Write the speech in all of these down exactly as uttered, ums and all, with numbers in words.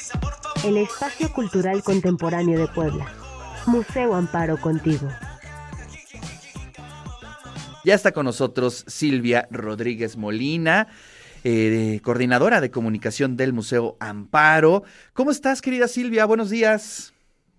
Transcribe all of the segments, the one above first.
El espacio cultural contemporáneo de Puebla. Museo Amparo contigo. Ya está con nosotros Silvia Rodríguez Molina, eh, coordinadora de comunicación del Museo Amparo. ¿Cómo estás, querida Silvia? Buenos días.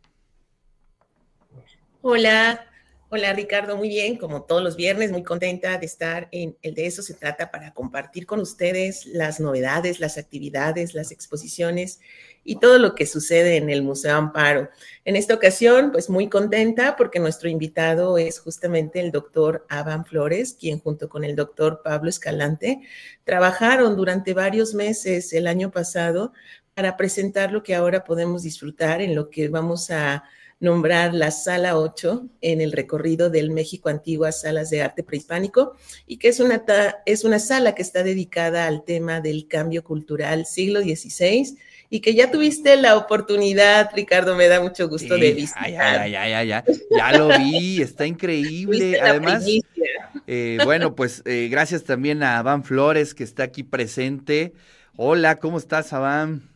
Hola, hola Ricardo, muy bien, como todos los viernes, muy contenta de estar en el De Eso Se Trata para compartir con ustedes las novedades, las actividades, las exposiciones y todo lo que sucede en el Museo Amparo. En esta ocasión, pues muy contenta porque nuestro invitado es justamente el doctor Aban Flores, quien junto con el doctor Pablo Escalante trabajaron durante varios meses el año pasado para presentar lo que ahora podemos disfrutar en lo que vamos a nombrar la Sala ocho en el recorrido del México Antiguas Salas de Arte Prehispánico, y que es una, es una sala que está dedicada al tema del cambio cultural siglo dieciséis, y que ya tuviste la oportunidad, Ricardo, me da mucho gusto de Sí, ya, ya, visitar. ya, ya, ya, ya, ya lo vi, está increíble. Tuviste la Además, primicia. eh, bueno, pues eh, gracias también a Aban Flores, que está aquí presente. Hola, ¿cómo estás, Aban?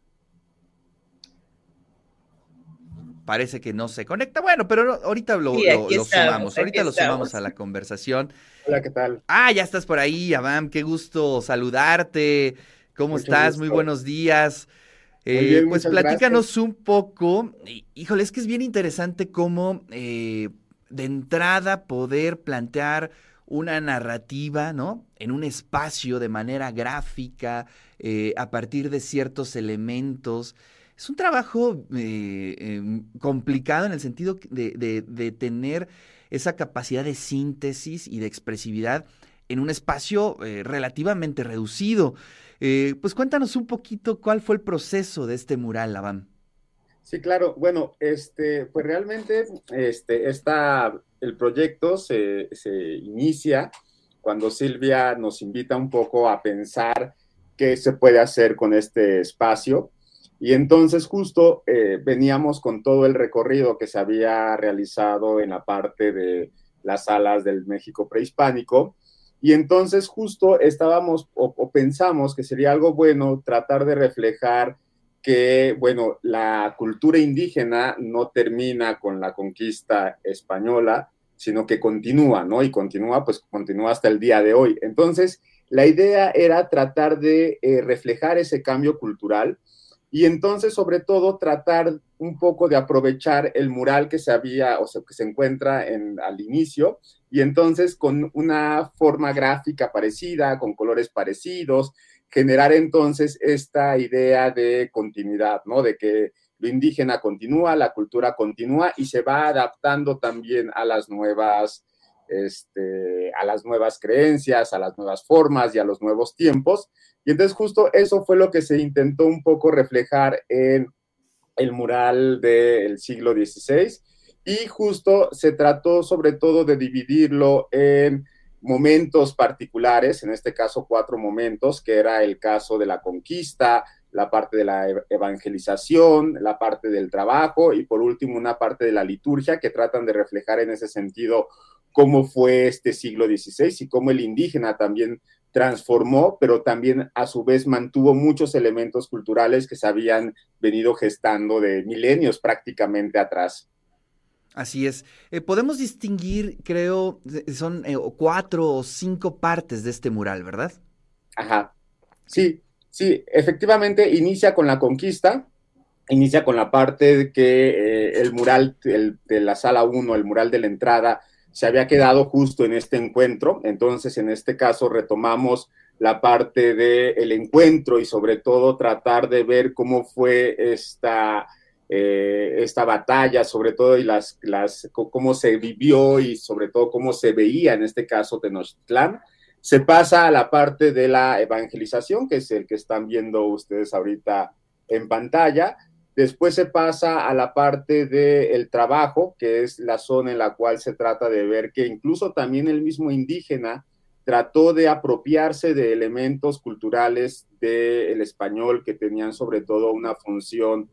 Parece que no se conecta. Bueno, pero no, ahorita lo, Sí, lo, aquí lo estamos, sumamos, aquí ahorita lo sumamos a estamos. la conversación. Hola, ¿qué tal? Ah, ya estás por ahí, Avam, qué gusto saludarte. ¿Cómo Mucho estás? Muy gusto. buenos días. Muy Eh, bien, pues muchas gracias. platícanos un poco. Hí- Híjole, es que es bien interesante cómo eh, de entrada poder plantear una narrativa, ¿no? En un espacio de manera gráfica, eh, a partir de ciertos elementos. Es un trabajo eh, em, complicado en el sentido de, de- de tener esa capacidad de síntesis y de expresividad en un espacio eh, relativamente reducido. Eh, pues cuéntanos un poquito cuál fue el proceso de este mural, Avam. Sí, claro. Bueno, este, pues realmente este, esta, el proyecto se, se inicia cuando Silvia nos invita un poco a pensar qué se puede hacer con este espacio. Y entonces justo eh, veníamos con todo el recorrido que se había realizado en la parte de las salas del México prehispánico. Y entonces justo estábamos o, o pensamos que sería algo bueno tratar de reflejar que, bueno, la cultura indígena no termina con la conquista española, sino que continúa, ¿no? Y continúa, pues continúa hasta el día de hoy. Entonces, la idea era tratar de eh, reflejar ese cambio cultural y entonces, sobre todo, tratar un poco de aprovechar el mural que se había, o sea, que se encuentra en, al inicio, y entonces con una forma gráfica parecida, con colores parecidos, generar entonces esta idea de continuidad, ¿no? De que lo indígena continúa, la cultura continúa y se va adaptando también a las nuevas, este, a las nuevas creencias, a las nuevas formas y a los nuevos tiempos. Y entonces justo eso fue lo que se intentó un poco reflejar en el mural del siglo dieciséis y justo se trató sobre todo de dividirlo en momentos particulares, en este caso cuatro momentos, que era el caso de la conquista, la parte de la evangelización, la parte del trabajo y por último una parte de la liturgia que tratan de reflejar en ese sentido cómo fue este siglo dieciséis y cómo el indígena también transformó, pero también a su vez mantuvo muchos elementos culturales que se habían venido gestando de milenios prácticamente atrás. Así es. Eh, podemos distinguir, creo, son eh, cuatro o cinco partes de este mural, ¿verdad? Ajá. Sí, sí, efectivamente inicia con la conquista, inicia con la parte de que eh, el mural el, de la sala uno, el mural de la entrada, se había quedado justo en este encuentro. Entonces, en este caso, retomamos la parte del encuentro y sobre todo tratar de ver cómo fue esta, eh, esta batalla, sobre todo, y las, las, cómo se vivió y sobre todo cómo se veía, en este caso, Tenochtitlán. Se pasa a la parte de la evangelización, que es el que están viendo ustedes ahorita en pantalla. Después se pasa a la parte del trabajo, que es la zona en la cual se trata de ver que incluso también el mismo indígena trató de apropiarse de elementos culturales del español que tenían sobre todo una función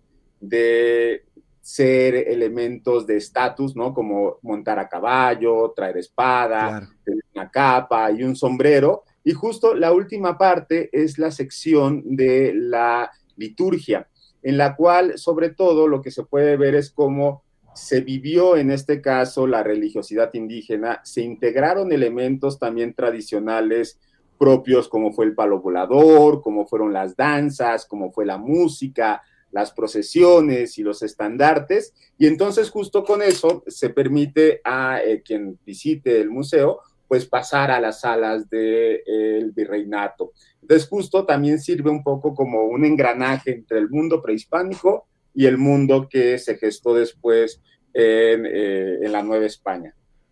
de ser elementos de estatus, ¿no? Como montar a caballo, traer espada, Claro. tener una capa y un sombrero. Y justo la última parte es la sección de la liturgia. en la cual sobre todo lo que se puede ver es cómo se vivió en este caso la religiosidad indígena, se integraron elementos también tradicionales propios como fue el palo volador, como fueron las danzas, como fue la música, las procesiones y los estandartes, y entonces justo con eso se permite a eh, quien visite el museo pues pasar a las salas del de, virreinato. Entonces justo también sirve un poco como un engranaje entre el mundo prehispánico y el mundo que se gestó después en, eh, en la Nueva España.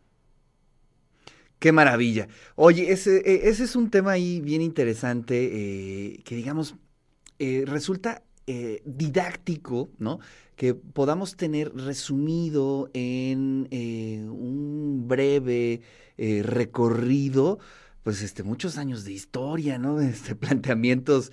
Qué maravilla. Oye, ese, e, ese es un tema ahí bien interesante, eh, que digamos, eh, resulta eh, didáctico, ¿no? Que podamos tener resumido en eh, un breve eh, recorrido, pues este, muchos años de historia, ¿no? Este, planteamientos,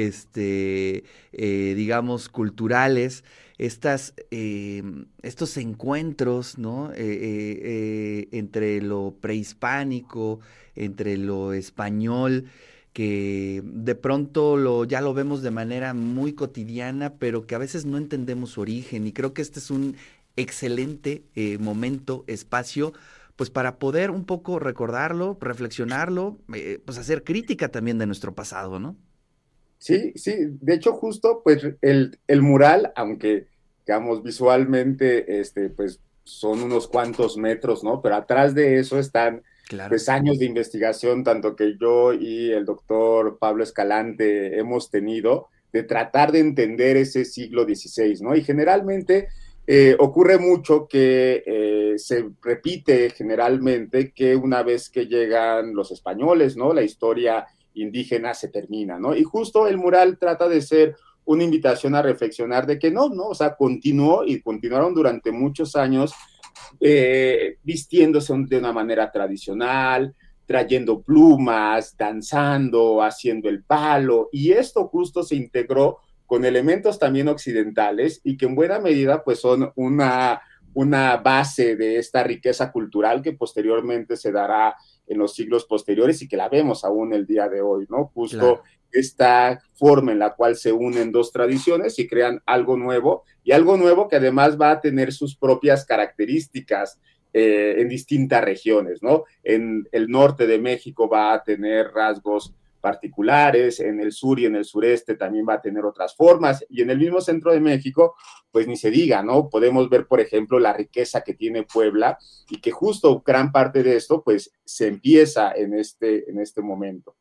este, eh, digamos, culturales, estas, eh, estos encuentros, ¿no? Eh, eh, eh, entre lo prehispánico, entre lo español, que de pronto lo, ya lo vemos de manera muy cotidiana, pero que a veces no entendemos su origen. Y creo que este es un excelente eh, momento, espacio, pues para poder un poco recordarlo, reflexionarlo, eh, pues hacer crítica también de nuestro pasado, ¿no? Sí, sí, de hecho justo pues el, el mural, aunque digamos visualmente este, pues son unos cuantos metros, ¿no? Pero atrás de eso están Claro. pues años de investigación, tanto que yo y el doctor Pablo Escalante hemos tenido, de tratar de entender ese siglo dieciséis, ¿no? Y generalmente eh, ocurre mucho que eh, se repite generalmente que una vez que llegan los españoles, ¿no? La historia indígena se termina, ¿no? Y justo el mural trata de ser una invitación a reflexionar de que no, ¿no? O sea, continuó y continuaron durante muchos años eh, vistiéndose de una manera tradicional, trayendo plumas, danzando, haciendo el palo, y esto justo se integró con elementos también occidentales y que en buena medida pues son una, una base de esta riqueza cultural que posteriormente se dará en los siglos posteriores y que la vemos aún el día de hoy, ¿no? Justo Claro. esta forma en la cual se unen dos tradiciones y crean algo nuevo, y algo nuevo que además va a tener sus propias características eh, en distintas regiones, ¿no? En el norte de México va a tener rasgos particulares, en el sur y en el sureste también va a tener otras formas, y en el mismo centro de México, pues ni se diga, ¿no? Podemos ver, por ejemplo, la riqueza que tiene Puebla, y que justo gran parte de esto, pues, se empieza en este, en este momento.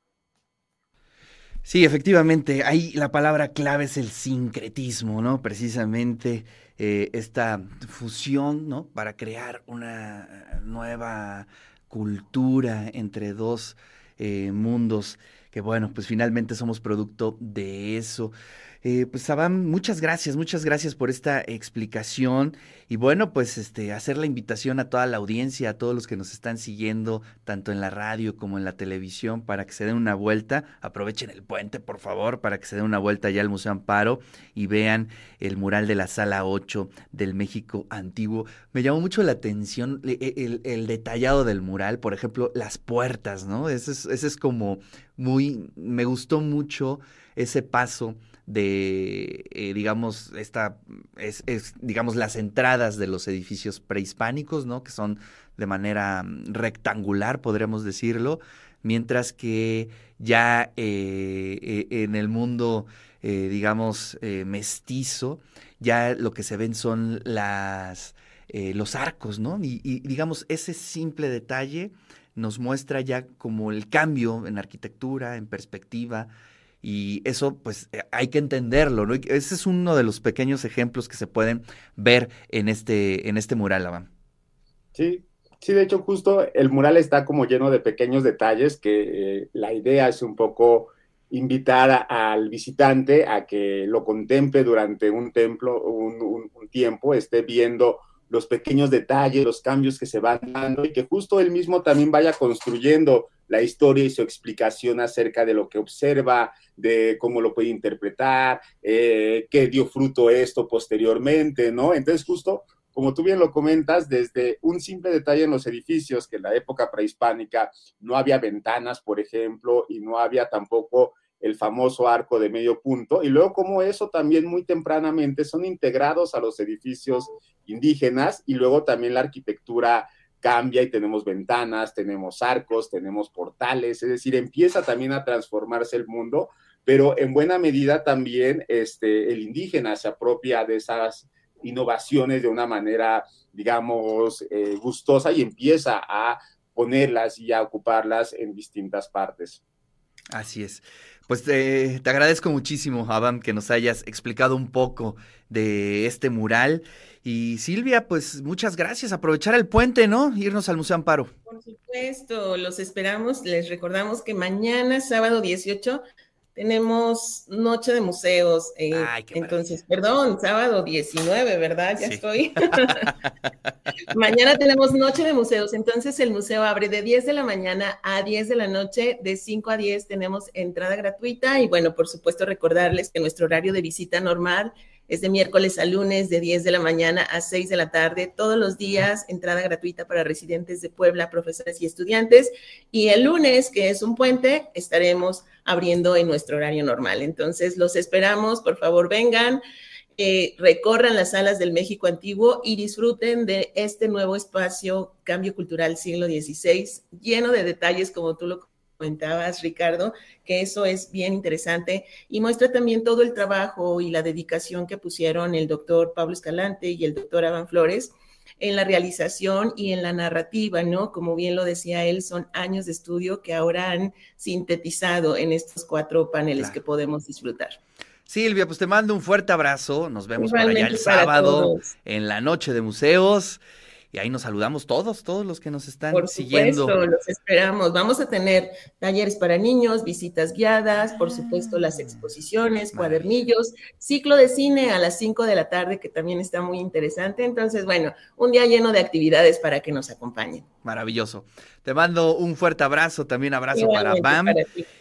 Sí, efectivamente, ahí la palabra clave es el sincretismo, ¿no? Precisamente eh, esta fusión, ¿no? Para crear una nueva cultura entre dos eh, mundos, que bueno, pues finalmente somos producto de eso. Eh, pues Sabam, muchas gracias, muchas gracias por esta explicación y bueno, pues este, hacer la invitación a toda la audiencia, a todos los que nos están siguiendo, tanto en la radio como en la televisión, para que se den una vuelta, aprovechen el puente, por favor, para que se den una vuelta allá al Museo Amparo y vean el mural de la Sala ocho del México Antiguo. Me llamó mucho la atención el, el, el detallado del mural, por ejemplo, las puertas, ¿no? Ese es, ese es como muy, me gustó mucho ese paso de, eh, digamos, esta, es, es, digamos, las entradas de los edificios prehispánicos, ¿no? Que son de manera rectangular, podríamos decirlo, mientras que ya eh, eh, en el mundo, eh, digamos, eh, mestizo, ya lo que se ven son las, eh, los arcos, ¿no? Y, y digamos, ese simple detalle nos muestra ya como el cambio en arquitectura, en perspectiva, y eso pues eh, hay que entenderlo, ¿no? Y ese es uno de los pequeños ejemplos que se pueden ver en este, en este mural, Avam. Sí, sí, de hecho justo el mural está como lleno de pequeños detalles que eh, la idea es un poco invitar a, al visitante a que lo contemple durante un templo, un, un, un tiempo, esté viendo los pequeños detalles, los cambios que se van dando y que justo él mismo también vaya construyendo la historia y su explicación acerca de lo que observa, de cómo lo puede interpretar, eh, qué dio fruto esto posteriormente, ¿no? Entonces justo como tú bien lo comentas, desde un simple detalle en los edificios, que en la época prehispánica no había ventanas, por ejemplo, y no había tampoco el famoso arco de medio punto, y luego como eso también muy tempranamente son integrados a los edificios indígenas, y luego también la arquitectura cambia y tenemos ventanas, tenemos arcos, tenemos portales, es decir, empieza también a transformarse el mundo, pero en buena medida también este, el indígena se apropia de esas innovaciones de una manera, digamos, eh, gustosa y empieza a ponerlas y a ocuparlas en distintas partes. Así es. Pues te, te agradezco muchísimo, Avam, que nos hayas explicado un poco de este mural. Y Silvia, pues muchas gracias. Aprovechar el puente, ¿no? Irnos al Museo Amparo. Por supuesto, los esperamos. Les recordamos que mañana, sábado dieciocho, tenemos Noche de Museos. Eh, Ay, qué entonces, maravilla. perdón, sábado diecinueve, ¿verdad? Ya Sí. estoy. Mañana tenemos Noche de Museos. Entonces, el museo abre de diez de la mañana a diez de la noche. De cinco a diez tenemos entrada gratuita. Y bueno, por supuesto, recordarles que nuestro horario de visita normal es de miércoles a lunes, de diez de la mañana a seis de la tarde, todos los días, entrada gratuita para residentes de Puebla, profesores y estudiantes. Y el lunes, que es un puente, estaremos abriendo en nuestro horario normal. Entonces, los esperamos, por favor, vengan, eh, recorran las salas del México Antiguo y disfruten de este nuevo espacio Cambio Cultural Siglo dieciséis, lleno de detalles, como tú lo comentabas, Ricardo, que eso es bien interesante y muestra también todo el trabajo y la dedicación que pusieron el doctor Pablo Escalante y el doctor Avan Flores en la realización y en la narrativa, ¿no? Como bien lo decía él, son años de estudio que ahora han sintetizado en estos cuatro paneles Claro. que podemos disfrutar. Silvia, pues te mando un fuerte abrazo. Nos vemos Igualmente por allá el sábado en la Noche de Museos. Y ahí nos saludamos todos, todos los que nos están por siguiendo. supuesto, los esperamos. Vamos a tener talleres para niños, visitas guiadas, por supuesto las exposiciones, cuadernillos, ciclo de cine a las cinco de la tarde, que también está muy interesante. Entonces, bueno, un día lleno de actividades para que nos acompañen. Maravilloso. Te mando un fuerte abrazo, también abrazo Igualmente para Bam. para ti.